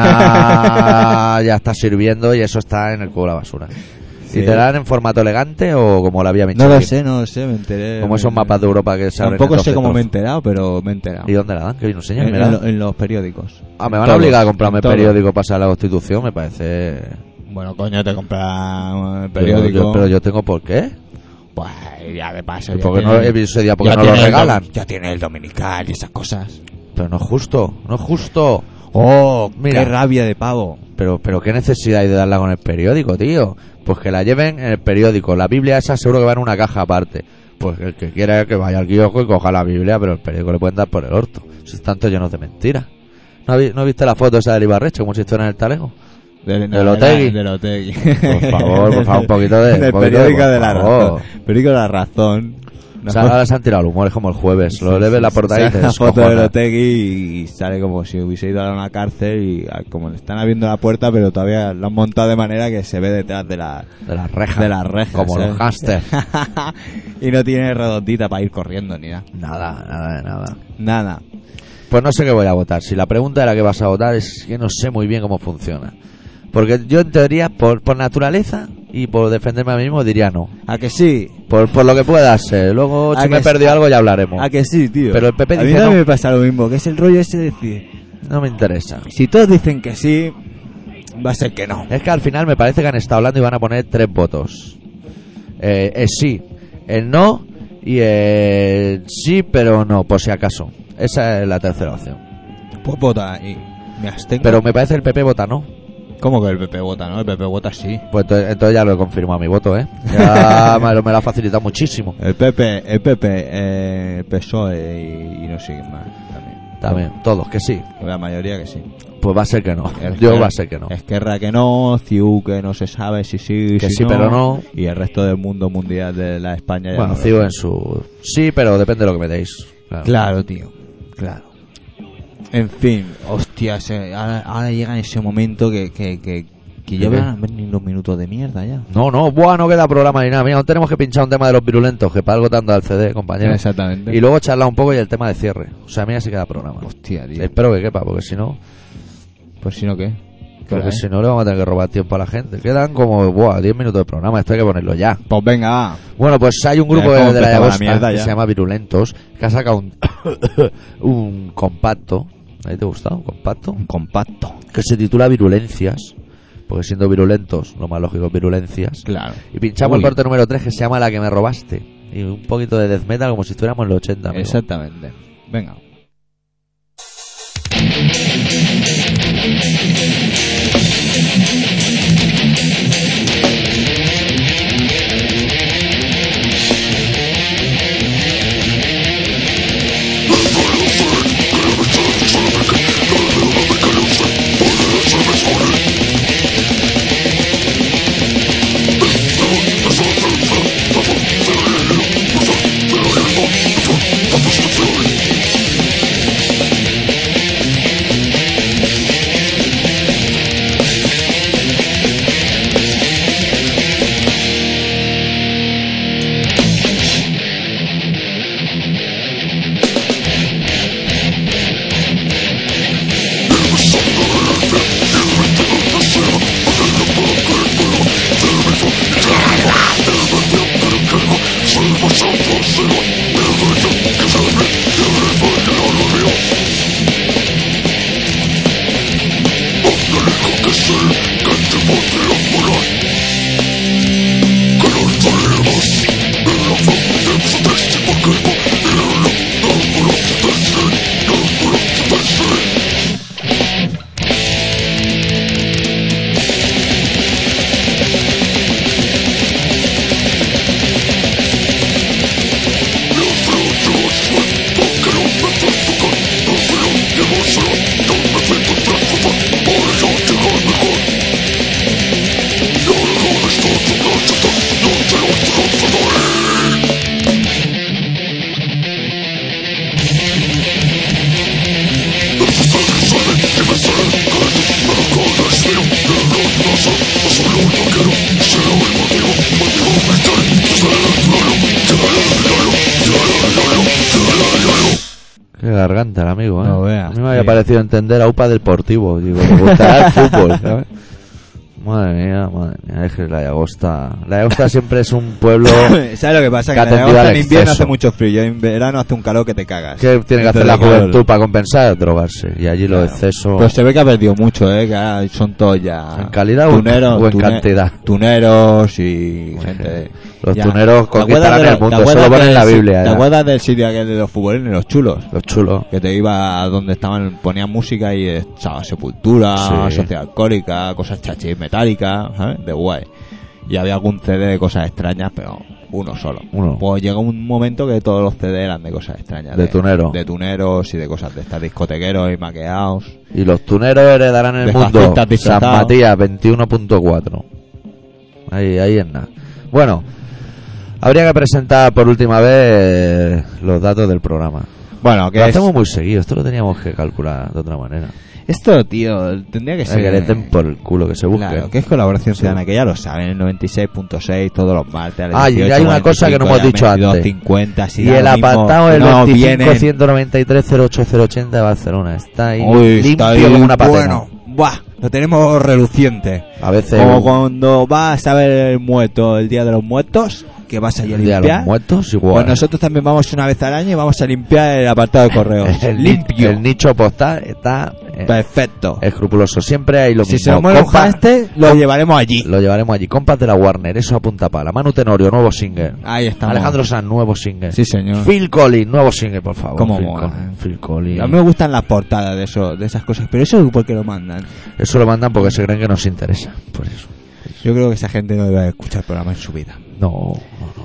página ya está sirviendo y eso está en el cubo de la basura. Sí. ¿Y te la dan en formato elegante o como la vía No lo sé, me enteré. Como esos mapas de Europa que se abren Tampoco en sé 12 cómo me he trozos. enterado, pero me he enterado. ¿Y dónde la dan? Que vino enseñármela. En los periódicos. Ah, me van a Todos, obligar a comprarme el todos. periódico para la Constitución, me parece. Bueno, coño, te compras el periódico. Pero yo tengo por qué. Pues ya de paso. Porque no ese día porque ya no lo tiene regalan. ya tiene el dominical y esas cosas. Pero no es justo, no es justo. Oh, Mira. qué rabia de pavo. Pero qué necesidad hay de darla con el periódico, tío. Pues que la lleven en el periódico. La Biblia esa seguro que va en una caja aparte. Pues el que quiera que vaya al kiosco y coja la Biblia, pero el periódico le pueden dar por el orto. Si es tanto lleno de mentiras. ¿No viste la foto esa del Ibarrecho como si estuviera en el Talego? Del Otegi. Del Otegi. Por favor, un poquito de... Del un poquito periódico por de la favor. razón. Periódico de la razón. O sea, ahora se han tirado al humor, es como el jueves. Lo leves la portada y te la foto del descojonas. Otegi y sale como si hubiese ido a una cárcel y como le están abriendo la puerta, pero todavía lo han montado de manera que se ve detrás de las rejas. Como ¿eh? los hámsters. Y no tiene redondita para ir corriendo ni nada. Nada de nada. Nada. Pues no sé qué voy a votar. Si la pregunta de la que vas a votar es que no sé muy bien cómo funciona. Porque yo en teoría, por naturaleza y por defenderme a mí mismo, diría no. ¿A que sí? Por lo que pueda ser. Luego, ¿A si que me he sí? perdido algo, ya hablaremos. ¿A que sí, tío? Pero el PP a mí dice también no. me pasa lo mismo, que es el rollo ese de decir, No me interesa. si todos dicen que sí, va a ser que no. Es que al final me parece que han estado hablando y van a poner 3 votos. El sí, el no y el sí, pero no, por si acaso. Esa es la tercera opción. Pues vota y me abstengo. Pero me parece que el PP vota no. ¿Cómo que el PP vota, no? El PP vota sí. Pues entonces ya lo he confirmado mi voto, ¿eh? Ya me lo ha facilitado muchísimo. El PP, el PSOE y no siguen más También, todos, que sí. La mayoría que sí. Pues va a ser que no. Esquerra- Yo va a ser que no. Esquerra que no, CIU que no se sabe si sí, Que si sí, no, pero no. Y el resto del mundo mundial de la España ya Bueno, no lo sigo sé. en su... Sí, pero depende de lo que me deis. Claro, tío. Claro. En fin, hostia, ahora llega ese momento que ya qué? van a venir los minutos de mierda ya. No, buah, no queda programa ni nada. Mira, aún tenemos que pinchar un tema de los virulentos, que para algo te ando al CD, compañero. Exactamente. Y luego charlar un poco y el tema de cierre. O sea, mira si queda programa. Hostia, tío. Espero que quepa, porque si no... Pues si no, ¿qué? Porque si no le vamos a tener que robar tiempo a la gente. Quedan como, buah, 10 minutos de programa. Esto hay que ponerlo ya. Pues venga, va. Bueno, pues hay un grupo ¿Cómo de la empezaba la Llagosta mierda que ya? se llama Virulentos, que ha sacado un compacto. ¿A ti te ha gustado? ¿Un compacto? Un compacto. Que se titula Virulencias. Porque siendo virulentos, lo más lógico es virulencias. Claro. Y pinchamos Uy. el corte número 3 que se llama La que me robaste. Y un poquito de death metal como si estuviéramos en los 80. Amigo. Exactamente. Venga. garganta el amigo, ¿eh? No veas, a mí me había sí. parecido entender a UPA deportivo. Digo, me gustará el fútbol, ¿sabes? Madre mía, es que la Llagosta siempre es un pueblo ¿Sabes lo que pasa? que Que ha tendido en al invierno exceso. hace mucho frío y en verano hace un calor que te cagas. que tiene que hacer Entonces, la claro, juventud para compensar, drogarse. Y allí los excesos, Pues se ve que ha perdido mucho, que ahora son todos ya en calidad tuneros, o en cantidad. tuneros y gente. Los ya. tuneros ¿Te conquistarán acuerdas el mundo, eso lo ponen en la Biblia. ¿Te ya. acuerdas del sitio aquel de los futbolistas, los chulos? Los chulos. Que te iba a donde estaban, ponían música y estaba Sepultura, Sí. Sociedad Alcohólica, cosas chachis metálicas, ¿sabes? De guay. Y había algún CD de cosas extrañas, pero uno solo. Uno. Pues llegó un momento que todos los CD eran de cosas extrañas. De tuneros. De tuneros y de cosas de estas, discotequeros y maqueados. Y los tuneros heredarán el De mundo. fascistas San disfrazados. Matías 21.4. Ahí es nada. Bueno, habría que presentar por última vez los datos del programa. Bueno, que Lo es... hacemos muy seguido, esto lo teníamos que calcular de otra manera. Esto, tío, tendría que ser... Que le den por el culo, que se busque. Claro, que es colaboración ciudadana, que ya lo saben, el 96.6 todos los martes. Ah, y hay una cosa que no hemos dicho antes. 50, Y el apartado es el 25-193-08080 de Barcelona. Está ahí limpio como una patena. Bueno, buah, lo tenemos reluciente. A veces Como cuando vas a ver el muerto, el Día de los Muertos, que vas allí a el día de limpiar. los muertos igual. Pues nosotros también vamos una vez al año y vamos a limpiar el apartado de correos. Limpio. El nicho postal está Perfecto. escrupuloso. Siempre hay lo Si mismo. se nos muere un Compas, hámster, lo llevaremos allí. lo llevaremos allí. Compas de la Warner, eso apunta pala. Manu Tenorio, nuevo single. Ahí estamos. Alejandro Sanz, nuevo single. Sí, señor. Phil Collins, nuevo single, por favor. Cómo Phil mola, Collins, Phil Collins. A mí me gustan las portadas de eso, de esas cosas, pero eso ¿por qué lo mandan? Eso lo mandan porque se creen que nos interesa. Por eso. Yo creo que esa gente no debe escuchar el programa en su vida. No,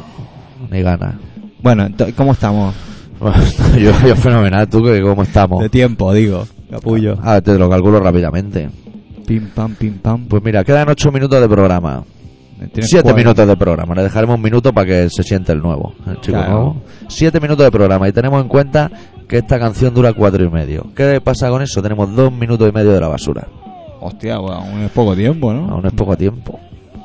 ni gana. Bueno, ¿cómo estamos? Bueno, yo fenomenal. ¿Tú cómo estamos? De tiempo, digo. Capullo. Ah, te lo calculo rápidamente. Pim, pam, pim, pam. Pues mira, quedan 8 minutos de programa. Tienes 7 cuatro. minutos de programa. Le dejaremos un minuto para que se siente el nuevo. El chico Claro. nuevo. 7 minutos de programa. Y tenemos en cuenta que esta canción dura 4 y medio. ¿Qué pasa con eso? Tenemos 2 minutos y medio de la basura. Hostia, bueno, aún es poco tiempo, ¿no? Aún es poco tiempo.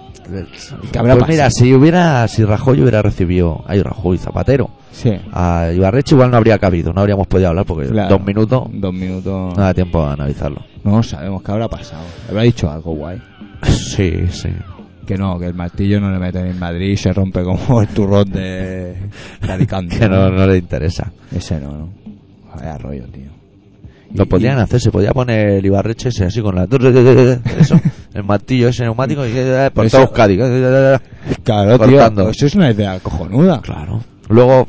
¿Qué habrá Pues mira, pasado? si Rajoy hubiera recibido... Ay, Rajoy, Zapatero. Sí. A Ibarretxe igual no habría cabido. No habríamos podido hablar porque Claro. 2 minutos 2 minutos. no da tiempo a analizarlo. No sabemos qué habrá pasado. Habrá dicho algo guay. Sí. Que no, que el martillo no le meten en Madrid y se rompe como el turrón de Alicante. Que no le interesa. Ese no. Vaya rollo, tío. Lo podían hacer, se podía poner el Ibarretxe ese así con la... Eso, el martillo ese neumático y por Eso- todo Euskadi. Claro, Cortando. tío. Eso es una idea cojonuda. Claro. Luego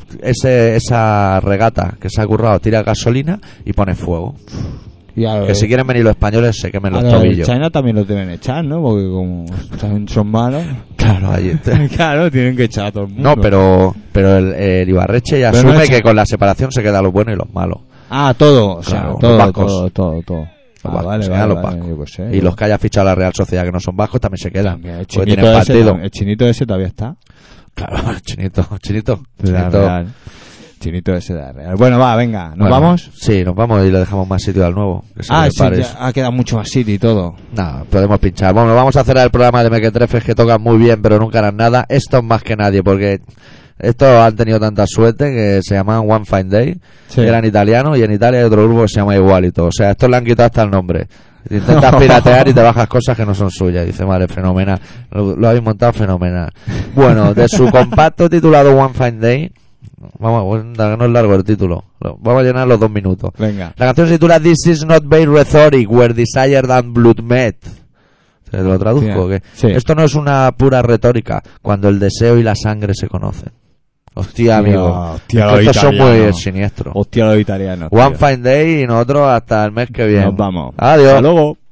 esa regata que se ha currado tira gasolina y pone fuego. Y a Que si quieren venir los españoles se quemen a los los tobillos. China también los deben echar, ¿no? Porque como son malos. Claro, allí Claro, tienen que echar a todo el mundo. No, pero el Ibarretxe ya Pero no asume echa- que con la separación se queda los buenos y los malos. Ah, todo. O sea, Claro, todo, los vascos. todo. Los Ah, vascos, vale, se vale, quedan los vale, vascos. yo qué sé. Y los que haya fichado la Real Sociedad que no son vascos también se quedan. También, el Porque chinito, tienen ese, partido. el chinito ese todavía está. Claro, el chinito. De la Real. Chinito ese de la Real. Bueno, va, venga. ¿Nos Bueno, vamos? Sí, nos vamos y le dejamos más sitio al nuevo. Que se Ah, sí, prepare. ya ha quedado mucho más sitio y todo. No, podemos pinchar. Bueno, vamos a cerrar el programa de Mequetrefes que tocan muy bien, pero nunca harán nada. Estos más que nadie, porque estos han tenido tanta suerte que se llaman One Fine Day, Sí. que eran italianos, y en Italia hay otro grupo que se llama Igualito. O sea, estos le han quitado hasta el nombre. Intentas piratear y te bajas cosas que no son suyas. Dice, vale, fenomenal. Lo habéis montado fenomenal. Bueno, de su compacto titulado One Fine Day, vamos, no es largo el título. Vamos a llenar los 2 minutos. Venga. La canción se titula This is not very rhetoric, where desire and blood met. ¿Se lo traduzco? Hostia, ¿Qué? sí. Esto no es una pura retórica, cuando el deseo y la sangre se conocen. Hostia, amigo. hostia, Estos los son muy italianos. siniestros. Hostia, los italianos. One tío. Fine Day y nosotros hasta el mes que viene. Nos vamos. Adiós. Hasta luego.